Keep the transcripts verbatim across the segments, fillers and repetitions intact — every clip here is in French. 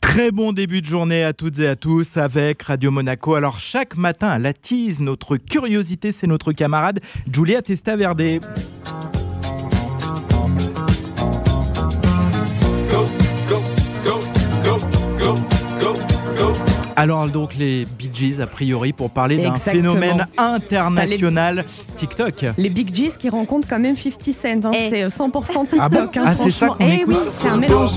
Très bon début de journée à toutes et à tous avec Radio Monaco. Alors chaque matin à la tease, notre curiosité, c'est notre camarade Giulia Testaverde. Alors donc les Bee Gees a priori pour parler d'un Exactement. phénomène international les... TikTok. Les Big Gees qui rencontrent quand même cinquante Cent, hein. Et... c'est cent pour cent TikTok. Ah bon hein, ah, c'est ça qu'on eh écoute. oui, c'est un mélange.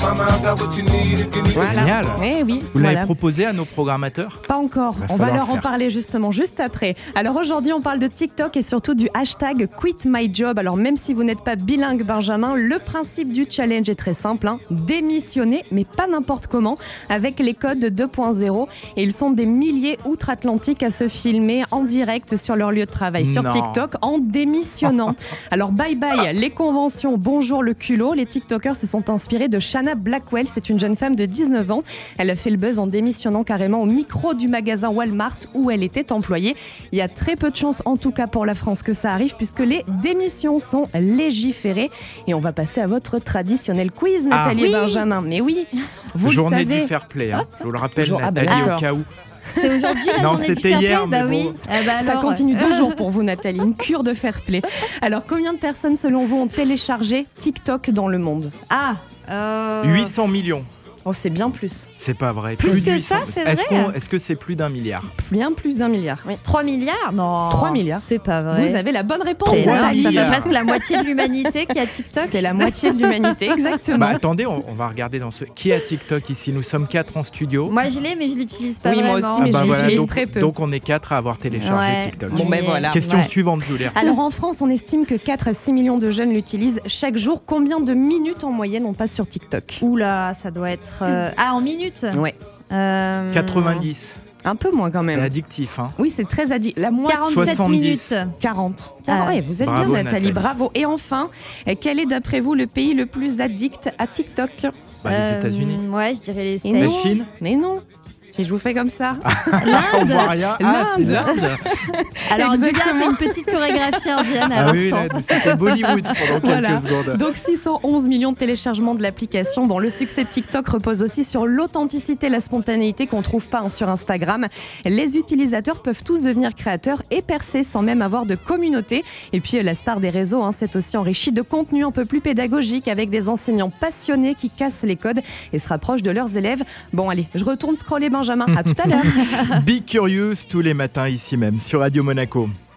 Voilà. Génial. Eh oui, Vous voilà. l'avez proposé à nos programmateurs ? Pas encore, va on va leur en faire. parler justement juste après. Alors aujourd'hui on parle de TikTok et surtout du hashtag Quit My Job. Alors même si vous n'êtes pas bilingue Benjamin, le principe du challenge est très simple, hein. Démissionner, mais pas n'importe comment, avec les codes deux point zéro. Et ils sont des milliers outre-Atlantique à se filmer en direct sur leur lieu de travail sur Non. TikTok en démissionnant. Alors bye bye les conventions, bonjour le culot. Les TikTokers se sont inspirés de Shanna Blackwell, c'est une jeune femme de dix-neuf ans. Elle a fait le buzz en démissionnant carrément au micro du magasin Walmart où elle était employée. Il y a très peu de chances en tout cas pour la France que ça arrive puisque les démissions sont légiférées. Et on va passer à votre traditionnel quiz Nathalie Ah. et Benjamin. Mais oui, vous Journée le savez. du fair play, hein. Je vous le rappelle Jour- ah bah Nathalie d'accord. au cas où. C'est aujourd'hui la Non, journée du c'était fair play hier, Bah mais oui. bon. Ah bah Ça alors, continue euh, deux jours pour vous, Nathalie. Une cure de fair play. Alors, combien de personnes, selon vous, ont téléchargé TikTok dans le monde ? Ah. Euh... huit cents millions. Oh, c'est bien plus. C'est pas vrai. Plus de que huit cents. ça, c'est Est-ce vrai qu'on- Est-ce que c'est plus d'un milliard ? Bien plus d'un milliard. Oui. trois milliards Non. trois milliards. C'est pas vrai. Vous avez la bonne réponse, C'est énorme, Nathalie. ça fait milliards. presque la moitié de l'humanité qui a TikTok. C'est la moitié de l'humanité, exactement. Bah attendez, on, on va regarder dans ce... Qui a TikTok ici ? Nous sommes quatre en studio. Moi je l'ai mais je l'utilise pas Oui, moi vraiment. aussi, mais Ah bah je voilà, l'utilise donc, très peu. donc on est quatre à avoir téléchargé Ouais. TikTok. Bon, ben Mais- voilà. Question Ouais. suivante, Julia. Alors, en France, on estime que quatre à six millions de jeunes l'utilisent chaque jour. Combien de minutes en moyenne on passe sur TikTok ? Oula, ça doit être. euh, Ah, en minutes Ouais. Euh, quatre-vingt-dix. Un peu moins quand C'est même. addictif, hein. Oui, c'est très addict. La moitié. quarante-sept soixante-dix. minutes. quarante. Ah. Ouais, vous êtes Bravo, bien, Nathalie, Nathalie. bravo. Et enfin, quel est d'après vous le pays le plus addict à TikTok ? Bah, les Euh, États-Unis. Ouais, je dirais les Et States. La non. Chine. Mais non. Si je vous fais comme ça. On voit L'Inde. rien. Ah, c'est L'Inde. l'Inde. Alors, Julia a Exactement. fait une petite chorégraphie indienne à Ah oui, l'instant. là, c'était Bollywood pendant quelques Voilà. secondes. Donc six cent onze millions de téléchargements de l'application. Bon, le succès de TikTok repose aussi sur l'authenticité, la spontanéité qu'on trouve pas hein, sur Instagram. Les utilisateurs peuvent tous devenir créateurs et percer sans même avoir de communauté. Et puis la star des réseaux hein, s'est aussi enrichie de contenu un peu plus pédagogique avec des enseignants passionnés qui cassent les codes et se rapprochent de leurs élèves. Bon allez, je retourne scroller Benjamin. À tout à l'heure. Be Curious tous les matins ici même sur Radio Monaco.